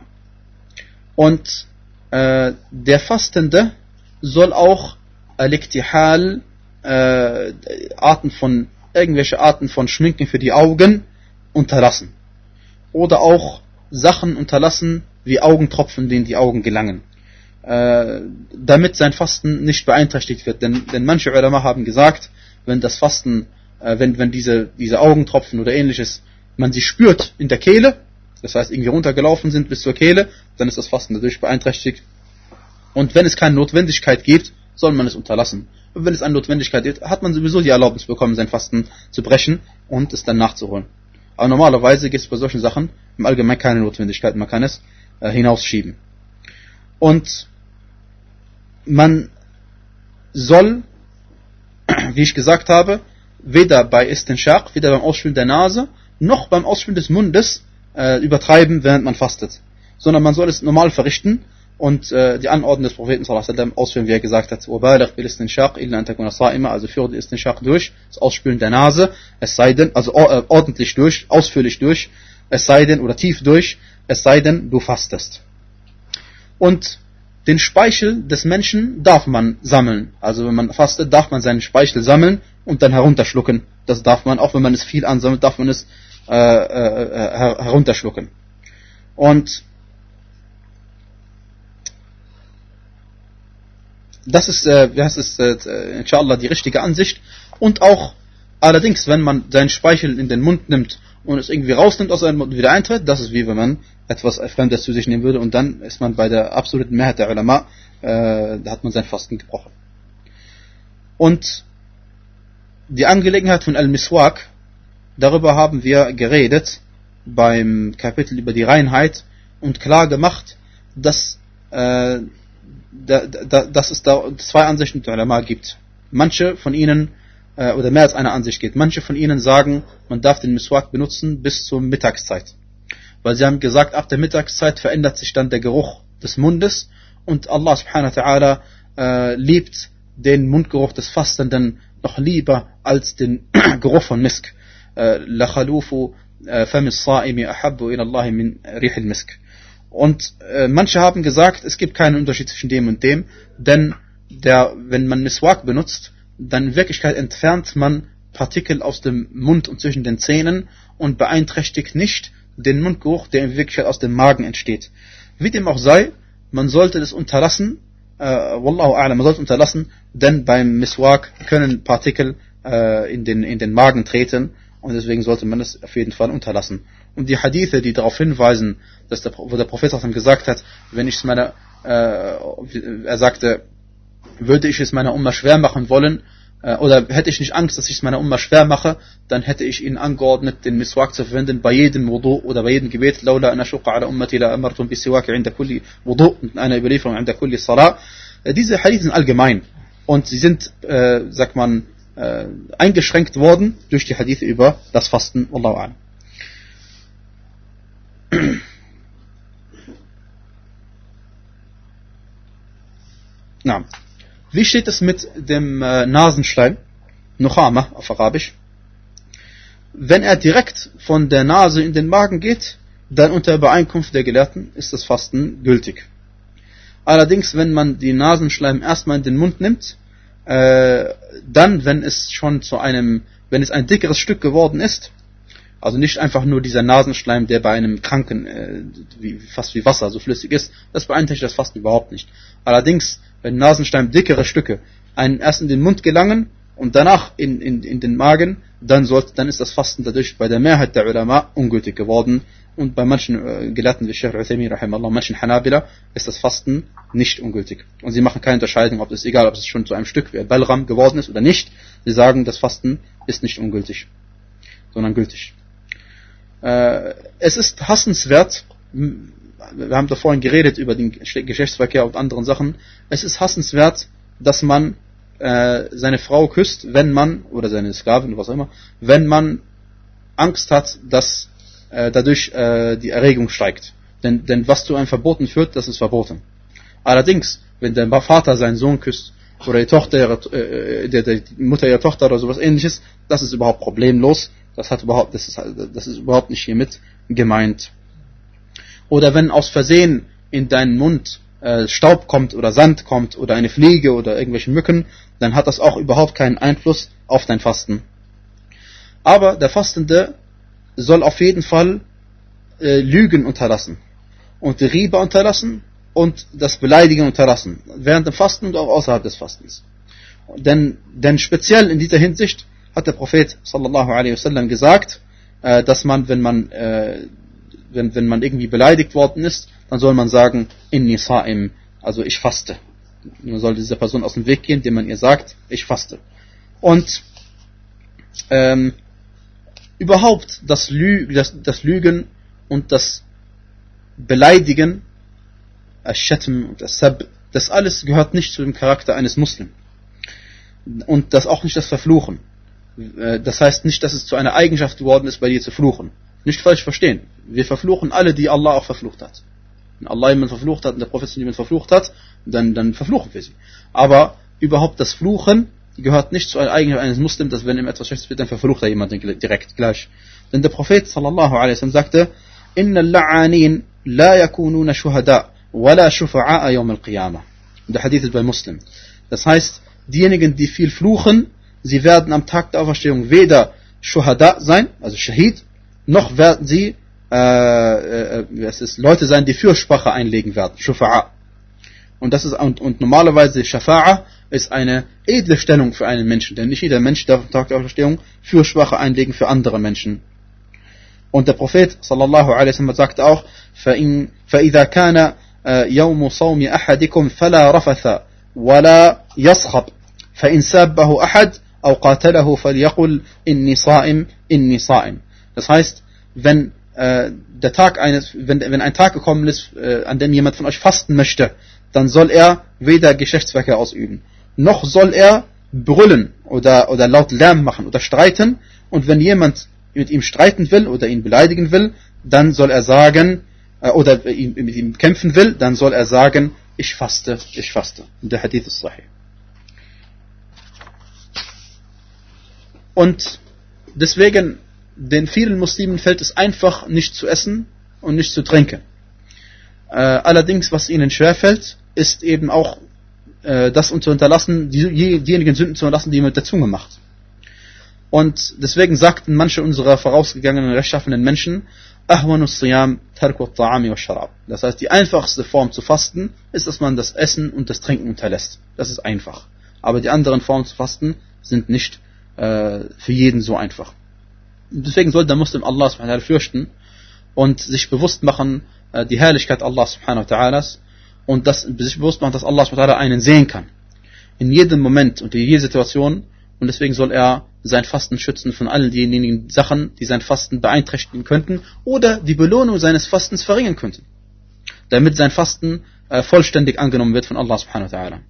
Speaker 1: Und äh, der Fastende soll auch Al-Iktihal, äh, Arten von, irgendwelche Arten von Schminken für die Augen unterlassen. Oder auch Sachen unterlassen, wie Augentropfen, die in die Augen gelangen. Äh, damit sein Fasten nicht beeinträchtigt wird. Denn, denn manche Ulama haben gesagt, wenn das Fasten, äh, wenn, wenn diese, diese Augentropfen oder ähnliches, man sie spürt in der Kehle, das heißt irgendwie runtergelaufen sind bis zur Kehle, dann ist das Fasten dadurch beeinträchtigt. Und wenn es keine Notwendigkeit gibt, soll man es unterlassen. Und wenn es eine Notwendigkeit gibt, hat man sowieso die Erlaubnis bekommen, sein Fasten zu brechen und es dann nachzuholen. Aber normalerweise gibt es bei solchen Sachen im Allgemeinen keine Notwendigkeit, man kann es äh, hinausschieben. Und man soll, wie ich gesagt habe, weder bei Istinshaq, weder beim Ausspülen der Nase, noch beim Ausspülen des Mundes äh, übertreiben, während man fastet. Sondern man soll es normal verrichten und äh, die Anordnung des Propheten sallallahu alaihi wasallam ausführen, wie er gesagt hat, وَبَالِغْ بِالْإِسْتِنْشَاقِ إِلَّا أَنْ تَكُونَ صَائِمًا, also führe die Istinshaq durch, das Ausspülen der Nase, es sei denn, also äh, ordentlich durch, ausführlich durch, es sei denn, oder tief durch, es sei denn, du fastest. Und den Speichel des Menschen darf man sammeln. Also wenn man fastet, darf man seinen Speichel sammeln und dann herunterschlucken. Das darf man, auch wenn man es viel ansammelt, darf man es äh, äh, herunterschlucken. Und das ist, äh, wie heißt es, äh, inshallah die richtige Ansicht. Und auch allerdings, wenn man seinen Speichel in den Mund nimmt und es irgendwie rausnimmt aus seinem Mund und wieder eintritt, das ist wie wenn man etwas Fremdes zu sich nehmen würde, und dann ist man bei der absoluten Mehrheit der Ulama, äh, da hat man sein Fasten gebrochen. Und die Angelegenheit von Al-Miswak, darüber haben wir geredet beim Kapitel über die Reinheit und klar gemacht, dass, äh, da, da, dass es da zwei Ansichten der Ulama gibt. Manche von ihnen, äh, oder mehr als eine Ansicht gibt, manche von ihnen sagen, man darf den Miswak benutzen bis zur Mittagszeit. Weil sie haben gesagt, ab der Mittagszeit verändert sich dann der Geruch des Mundes und Allah subhanahu wa ta'ala äh, liebt den Mundgeruch des Fastenden noch lieber als den Geruch von Misk. La khalufu fam as-sa'imi ahabbu ila Allah min rih al-misk. Und äh, manche haben gesagt, es gibt keinen Unterschied zwischen dem und dem, denn der, wenn man Miswak benutzt, dann in Wirklichkeit entfernt man Partikel aus dem Mund und zwischen den Zähnen und beeinträchtigt nicht den Mundgeruch, der in Wirklichkeit aus dem Magen entsteht. Wie dem auch sei, man sollte das unterlassen, äh, Wallahu a'lam, man sollte unterlassen, denn beim Miswak können Partikel äh, in den, in den Magen treten, und deswegen sollte man es auf jeden Fall unterlassen. Und die Hadithe, die darauf hinweisen, dass der, wo der Prophet gesagt hat, wenn ich es meiner, äh, er sagte, würde ich es meiner Umma schwer machen wollen, äh, oder hätte ich nicht Angst, dass ich es meiner Umma schwer mache, dann hätte ich ihnen angeordnet, den Miswak zu verwenden bei jedem Wudu oder bei jedem Gebet. Laula an ashuqa ala ummati la amartum bis siwak 'inda kulli wudu, mit einer Überlieferung 'inda kulli salah. Diese Hadithe sind allgemein und sie sind, äh, sagt man, äh, eingeschränkt worden durch die Hadithe über das Fasten. Wallahu a'lam. Na, wie steht es mit dem äh, Nasenschleim, Nukhama auf Arabisch? Wenn er direkt von der Nase in den Magen geht, dann unter Übereinkunft der Gelehrten ist das Fasten gültig. Allerdings, wenn man die Nasenschleim erstmal in den Mund nimmt, äh, dann, wenn es schon zu einem, wenn es ein dickeres Stück geworden ist, also nicht einfach nur dieser Nasenschleim, der bei einem Kranken äh, wie, fast wie Wasser so flüssig ist, das beeinträchtigt das Fasten überhaupt nicht. Allerdings, wenn Nasenschleim dickere Stücke einen erst in den Mund gelangen und danach in, in, in den Magen, dann sollte, dann ist das Fasten dadurch bei der Mehrheit der Ulama ungültig geworden, und bei manchen äh, Gelehrten wie Sheikh Uthaymin rahimallah, manchen Hanabila, ist das Fasten nicht ungültig. Und sie machen keine Unterscheidung, ob es egal, ob es schon zu einem Stück wie Balram geworden ist oder nicht. Sie sagen, das Fasten ist nicht ungültig, sondern gültig. Äh, es ist hassenswert, wir haben da vorhin geredet über den Geschlechtsverkehr und anderen Sachen, es ist hassenswert, dass man äh, seine Frau küsst, wenn man, oder seine Sklavin, was auch immer, wenn man Angst hat, dass äh, dadurch äh, die Erregung steigt. Denn, denn was zu einem Verboten führt, das ist verboten. Allerdings, wenn der Vater seinen Sohn küsst, oder die Tochter, äh, der, der, die Mutter ihrer Tochter oder sowas ähnliches, das ist überhaupt problemlos. Das hat überhaupt, das ist, das ist überhaupt nicht hiermit gemeint. Oder wenn aus Versehen in deinen Mund äh, Staub kommt oder Sand kommt oder eine Fliege oder irgendwelche Mücken, dann hat das auch überhaupt keinen Einfluss auf dein Fasten. Aber der Fastende soll auf jeden Fall äh, Lügen unterlassen und die Riba unterlassen und das Beleidigen unterlassen, während dem Fasten und auch außerhalb des Fastens. Denn, denn speziell in dieser Hinsicht hat der Prophet sallallahu alaihi wasallam gesagt, äh, dass man, wenn man äh, wenn, wenn man irgendwie beleidigt worden ist, dann soll man sagen, inni sa'im, also ich faste. Man soll dieser Person aus dem Weg gehen, indem man ihr sagt, ich faste. Und ähm, überhaupt das, Lü- das, das Lügen und das Beleidigen, Ash-Shatm und As-Sab, das alles gehört nicht zu dem Charakter eines Muslims. Und das auch nicht das Verfluchen. Das heißt nicht, dass es zu einer Eigenschaft geworden ist, bei dir zu fluchen. Nicht falsch verstehen. Wir verfluchen alle, die Allah auch verflucht hat. Wenn Allah jemand verflucht hat und der Prophet jemand verflucht hat, dann, dann verfluchen wir sie. Aber überhaupt das Fluchen gehört nicht zu einer Eigenschaft eines Muslims, dass wenn ihm etwas Schlechtes wird, dann verflucht er jemanden direkt gleich. Denn der Prophet sallallahu alaihi wasallam sagte, Inna al-la'anin la yakununa shuhada wala shufa'a yawm al-qiyamah. Und der Hadith ist bei Muslim. Das heißt, diejenigen, die viel fluchen, sie werden am Tag der Auferstehung weder Shuhada sein, also Shahid, noch werden sie äh, äh, es ist Leute sein, die Fürsprache einlegen werden, Shufa'a. Und das ist und, und normalerweise Shafa'a ist eine edle Stellung für einen Menschen, denn nicht jeder Mensch darf am Tag der Auferstehung Fürsprache einlegen für andere Menschen. Und der Prophet sallallahu alaihi wasallam sagt auch: فَإِن فَإِذَا كَانَ يَوْمُ صَوْمِ أَحَدِكُمْ فَلَا رَفَثَ وَلَا يَصْخَبْ فَإِن سَابَّهُ أَحَدٌ أَوْ قَاتَلَهُ فَلْيَقُلْ إِنِّي صَائِمٌ إِنِّي صَائِمٌ. Das heißt, wenn äh, der Tag eines, wenn, wenn ein Tag gekommen ist, äh, an dem jemand von euch fasten möchte, dann soll er weder Geschlechtsverkehr ausüben, noch soll er brüllen oder, oder laut Lärm machen oder streiten. Und wenn jemand mit ihm streiten will oder ihn beleidigen will, dann soll er sagen, äh, oder ihn, mit ihm kämpfen will, dann soll er sagen, ich faste, ich faste. Und der Hadith ist sahih. Und deswegen, den vielen Muslimen fällt es einfach, nicht zu essen und nicht zu trinken. Äh, allerdings, was ihnen schwerfällt, ist eben auch äh, das zu unterlassen, die, diejenigen Sünden zu unterlassen, die man mit der Zunge macht. Und deswegen sagten manche unserer vorausgegangenen rechtschaffenen Menschen, ahwanu siyam tarku at-ta'ami wa sharab. Das heißt, die einfachste Form zu fasten ist, dass man das Essen und das Trinken unterlässt. Das ist einfach. Aber die anderen Formen zu fasten sind nicht äh, für jeden so einfach. Deswegen soll der Muslim Allah subhanahu wa ta'ala fürchten und sich bewusst machen, äh, die Herrlichkeit Allah subhanahu wa ta'ala und das, sich bewusst machen, dass Allah subhanahu wa ta'ala einen sehen kann. In jedem Moment und in jeder Situation. Und deswegen soll er sein Fasten schützen von all denjenigen Sachen, die sein Fasten beeinträchtigen könnten oder die Belohnung seines Fastens verringern könnten, damit sein Fasten äh, vollständig angenommen wird von Allah subhanahu wa ta'ala.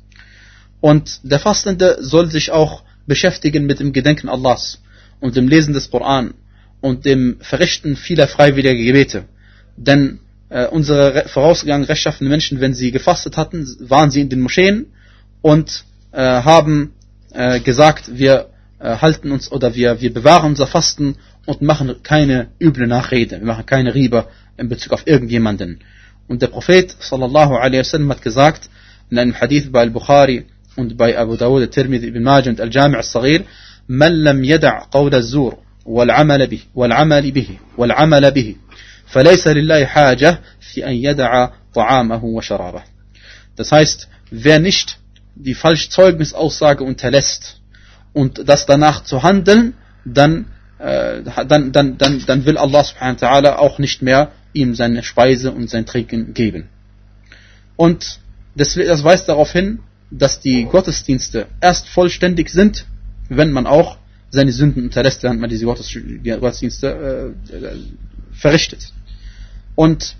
Speaker 1: Und der Fastende soll sich auch beschäftigen mit dem Gedenken Allahs und dem Lesen des Koran und dem Verrichten vieler freiwilliger Gebete. Denn äh, unsere vorausgegangenen rechtschaffenen Menschen, wenn sie gefastet hatten, waren sie in den Moscheen und äh, haben äh, gesagt, wir äh, halten uns oder wir, wir bewahren unser Fasten und machen keine üble Nachrede, wir machen keine Riba in Bezug auf irgendjemanden. Und der Prophet sallallahu alaihi wasallam hat gesagt, in einem Hadith bei Al-Bukhari und bei Abu Dawud, Al-Tirmidhi, Ibn Majah und Al-Jami' Al-Saghir, من لم يدع قول الزور والعمل به والعمل به والعمل به فليس لله حاجة في أن يدع طعامه وشرابه. Das heißt, wer nicht die Falschzeugnisaussage unterlässt und das danach zu handeln, dann, äh, dann, dann, dann, dann will Allah subhanahu wa ta'ala auch nicht mehr ihm seine Speise und sein Trinken geben. Und das, das weist darauf hin, dass die Gottesdienste erst vollständig sind, wenn man auch seine Sünden unterlässt, während man diese Gottesdienste äh, verrichtet. Und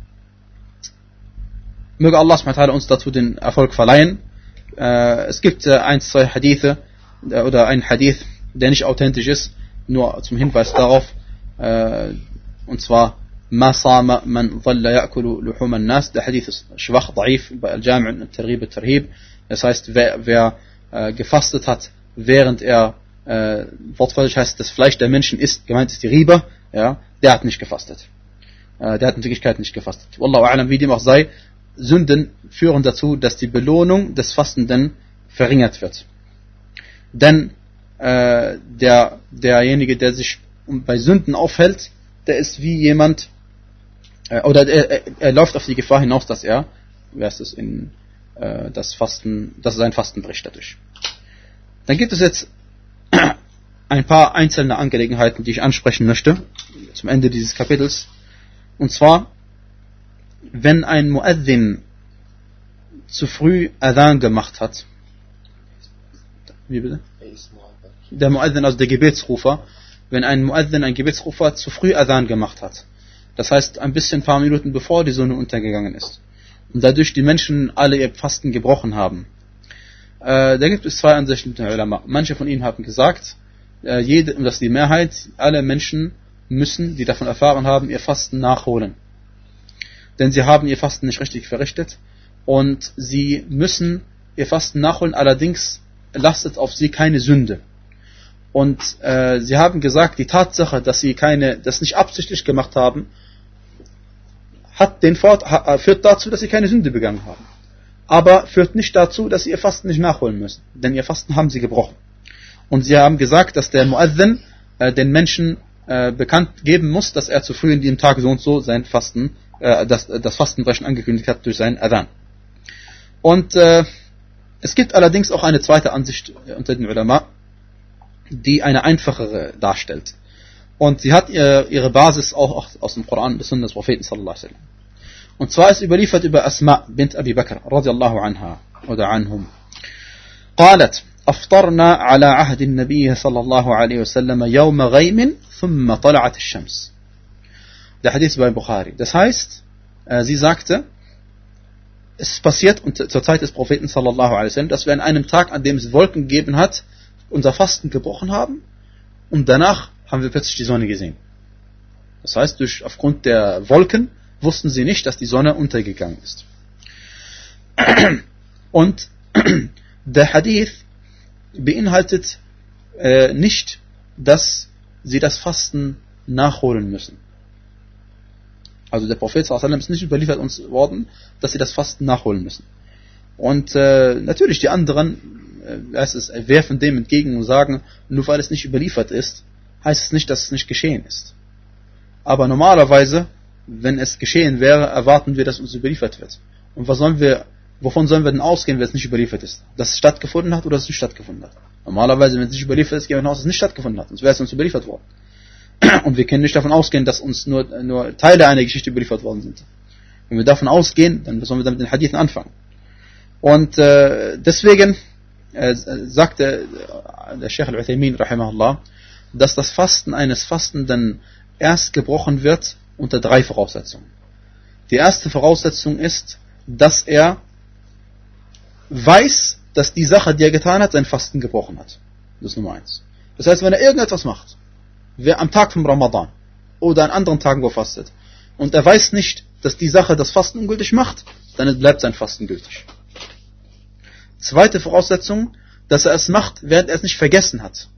Speaker 1: möge Allah subhanahu wa ta'ala uns dazu den Erfolg verleihen. Äh, es gibt äh, ein, zwei Hadithe äh, oder ein Hadith, der nicht authentisch ist, nur zum Hinweis darauf, äh, und zwar ما صام من ظل يأكل لحوم الناس. Der Hadith ist schwach, ضعيف, bei Al-Jami' und Al-Targhib al-Tarhib. Das heißt, wer, wer äh, gefastet hat, während er äh, wortwörtlich heißt, das Fleisch der Menschen isst, gemeint ist die Riba, ja, der hat nicht gefastet. Äh, der hat in Wirklichkeit nicht gefastet. Wallahu a'lam, wie dem auch sei, Sünden führen dazu, dass die Belohnung des Fastenden verringert wird. Denn äh, der, derjenige, der sich bei Sünden aufhält, der ist wie jemand, äh, oder er, er, er läuft auf die Gefahr hinaus, dass er, wer ist es, in äh, das Fasten, dass er sein Fasten bricht dadurch. Dann gibt es jetzt ein paar einzelne Angelegenheiten, die ich ansprechen möchte, zum Ende dieses Kapitels. Und zwar, wenn ein Muaddin zu früh Adhan gemacht hat, wie bitte? Der Muaddin, also der Gebetsrufer, wenn ein Muaddin, ein Gebetsrufer, zu früh Adhan gemacht hat, das heißt ein bisschen, ein paar Minuten bevor die Sonne untergegangen ist, und dadurch die Menschen alle ihr Fasten gebrochen haben, äh, da gibt es zwei Ansichten der Ulama. Manche von ihnen haben gesagt, äh, jede, dass die Mehrheit, alle Menschen müssen, die davon erfahren haben, ihr Fasten nachholen. Denn sie haben ihr Fasten nicht richtig verrichtet und sie müssen ihr Fasten nachholen, allerdings lastet auf sie keine Sünde. Und äh, sie haben gesagt, die Tatsache, dass sie keine, das nicht absichtlich gemacht haben, hat den Fort, ha, führt dazu, dass sie keine Sünde begangen haben. Aber führt nicht dazu, dass sie ihr Fasten nicht nachholen müssen. Denn ihr Fasten haben sie gebrochen. Und sie haben gesagt, dass der Muazzin äh, den Menschen äh, bekannt geben muss, dass er zu früh in diesem Tag so und so sein Fasten, äh, das, das Fastenbrechen angekündigt hat durch seinen Adhan. Und äh, es gibt allerdings auch eine zweite Ansicht unter den Ulama, die eine einfachere darstellt. Und sie hat ihr, ihre Basis auch aus dem Koran und der Sunna des Propheten sallallahu alaihi wasallam. Und zwar ist überliefert über Asma bint Abi Bakr radiallahu anha oder anhum. قالت أفطرنا على عهد النبي صلى الله عليه وسلم يوم غيم ثم طلعت الشمس. Der Hadith bei Bukhari. Das heißt, äh, sie sagte, es ist passiert zur Zeit des Propheten sallallahu alaihi wasallam, dass wir an einem Tag, an dem es Wolken gegeben hat, unser Fasten gebrochen haben und danach haben wir plötzlich die Sonne gesehen. Das heißt, durch, aufgrund der Wolken wussten sie nicht, dass die Sonne untergegangen ist. Und der Hadith beinhaltet äh, nicht, dass sie das Fasten nachholen müssen. Also der Prophet sallallahu alaihi wasallam ist nicht überliefert uns worden, dass sie das Fasten nachholen müssen. Und äh, natürlich die anderen äh, heißt es, werfen dem entgegen und sagen, nur weil es nicht überliefert ist, heißt es nicht, dass es nicht geschehen ist. Aber normalerweise, wenn es geschehen wäre, erwarten wir, dass uns überliefert wird. Und was sollen wir, wovon sollen wir denn ausgehen, wenn es nicht überliefert ist? Dass es stattgefunden hat oder dass es nicht stattgefunden hat? Normalerweise, wenn es nicht überliefert ist, gehen wir davon aus, dass es nicht stattgefunden hat. Sonst wäre es uns überliefert worden. Und wir können nicht davon ausgehen, dass uns nur, nur Teile einer Geschichte überliefert worden sind. Wenn wir davon ausgehen, dann sollen wir damit den Hadithen anfangen. Und äh, deswegen äh, sagte der Sheikh Al-Uthaymin rahimahullah, dass das Fasten eines Fastenden erst gebrochen wird unter drei Voraussetzungen. Die erste Voraussetzung ist, dass er weiß, dass die Sache, die er getan hat, sein Fasten gebrochen hat. Das ist Nummer eins. Das heißt, wenn er irgendetwas macht, wer am Tag vom Ramadan oder an anderen Tagen, wo er fastet, und er weiß nicht, dass die Sache das Fasten ungültig macht, dann bleibt sein Fasten gültig. Zweite Voraussetzung, dass er es macht, während er es nicht vergessen hat.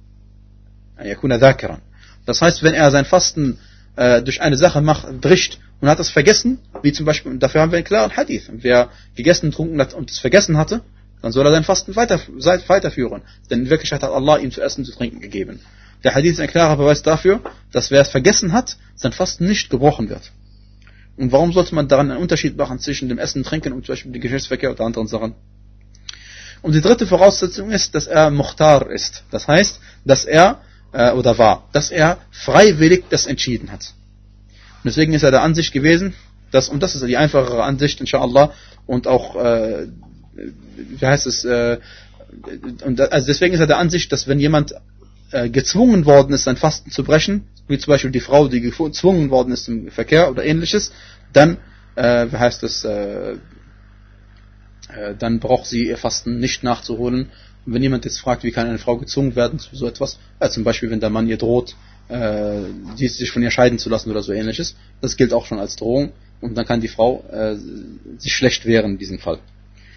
Speaker 1: Das heißt, wenn er sein Fasten äh, durch eine Sache macht, bricht und hat es vergessen, wie zum Beispiel, und dafür haben wir einen klaren Hadith, wer gegessen und getrunken hat und es vergessen hatte, dann soll er sein Fasten weiter, weiterführen. Denn in Wirklichkeit hat Allah ihm zu essen und zu trinken gegeben. Der Hadith ist ein klarer Beweis dafür, dass wer es vergessen hat, sein Fasten nicht gebrochen wird. Und warum sollte man daran einen Unterschied machen zwischen dem Essen und Trinken und zum Beispiel dem Geschlechtsverkehr oder anderen Sachen? Und die dritte Voraussetzung ist, dass er Mukhtar ist. Das heißt, dass er, äh, oder war, dass er freiwillig das entschieden hat. Und deswegen ist er der Ansicht gewesen, dass, und das ist die einfachere Ansicht, inshallah, und auch, äh, wie heißt es, äh, und also deswegen ist er der Ansicht, dass wenn jemand äh, gezwungen worden ist, sein Fasten zu brechen, wie zum Beispiel die Frau, die gezwungen worden ist im Verkehr oder ähnliches, dann, äh, wie heißt es, äh, äh, dann braucht sie ihr Fasten nicht nachzuholen. Und wenn jemand jetzt fragt, wie kann eine Frau gezwungen werden zu so etwas, äh, zum Beispiel wenn der Mann ihr droht, äh, die sich von ihr scheiden zu lassen oder so ähnliches, das gilt auch schon als Drohung und dann kann die Frau äh, sich schlecht wehren in diesem Fall.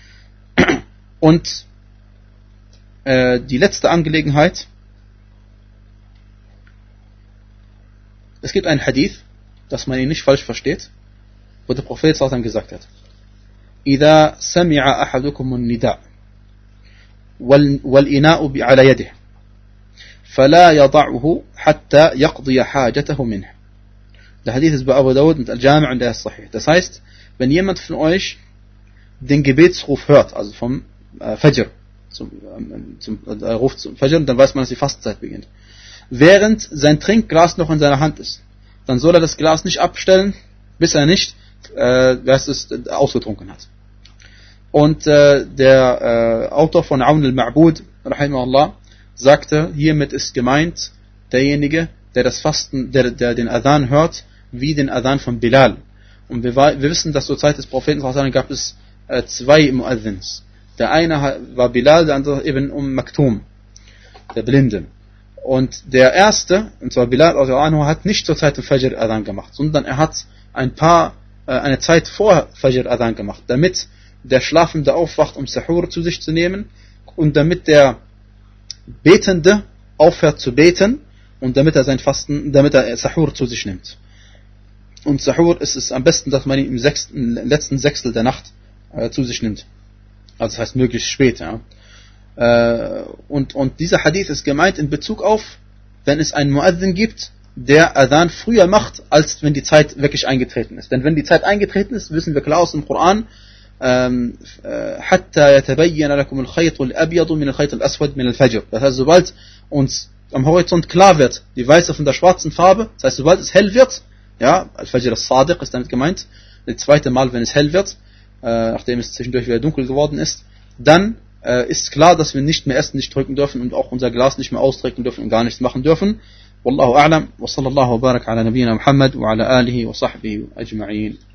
Speaker 1: Und äh, die letzte Angelegenheit, es gibt einen Hadith, dass man ihn nicht falsch versteht, wo der Prophet sallallahu gesagt hat: إذا سمع أحدكم النداء والإناء على يده فلا يضعه حتى يقضي حاجته منه. Der Hadith ist bei Abu Dawud und Al-Jami' und der ist sahih. Das heißt, wenn jemand von euch den Gebetsruf hört, also vom äh, Fajr, zum, ähm, zum äh, Ruf zum Fajr, dann weiß man, dass die Fastenzeit beginnt. Während sein Trinkglas noch in seiner Hand ist, dann soll er das Glas nicht abstellen, bis er nicht äh, was es, ausgetrunken hat. Und äh, der äh, Autor von Aun al-Ma'bud, rahimahullah, sagte, hiermit ist gemeint derjenige, der das Fasten, der, der den Adhan hört, wie den Adhan von Bilal. Und wir, wir wissen, dass zur Zeit des Propheten gab es äh, zwei Muadhins. Der eine war Bilal, der andere Ibn Umm Maktum, der Blinde. Und der erste, und zwar Bilal, hat nicht zur Zeit des Fajr Adhan gemacht, sondern er hat ein paar, äh, eine Zeit vor Fajr Adhan gemacht, damit der Schlafende aufwacht, um Sahur zu sich zu nehmen und damit der Betende aufhört zu beten und damit er sein Fasten, damit er Sahur zu sich nimmt. Und Sahur ist es am besten, dass man ihn im sechsten, letzten Sechstel der Nacht äh, zu sich nimmt. Also das heißt möglichst spät. Ja. Äh, und, und dieser Hadith ist gemeint in Bezug auf, wenn es einen Muaddin gibt der Adhan früher macht, als wenn die Zeit wirklich eingetreten ist. Denn wenn die Zeit eingetreten ist, wissen wir klar aus dem Koran, حتى يتبين لكم الخيط الأبيض من الخيط الأسود من الفجر. Das heißt, sobald uns am Horizont klar wird, die weiße von der schwarzen Farbe, das heißt, sobald es hell wird, ja, Al-Fajr al-Sadiq ist damit gemeint, das zweite Mal, wenn es hell wird, äh, nachdem es zwischendurch wieder dunkel geworden ist, dann äh, ist klar, dass wir nicht mehr essen, nicht drücken dürfen und auch unser Glas nicht mehr ausdrücken dürfen und gar nichts machen dürfen. Wallahu a'lam, wa sallallahu wa barak ala nabiyyina Muhammad wa ala alihi wa sahbihi ajma'in.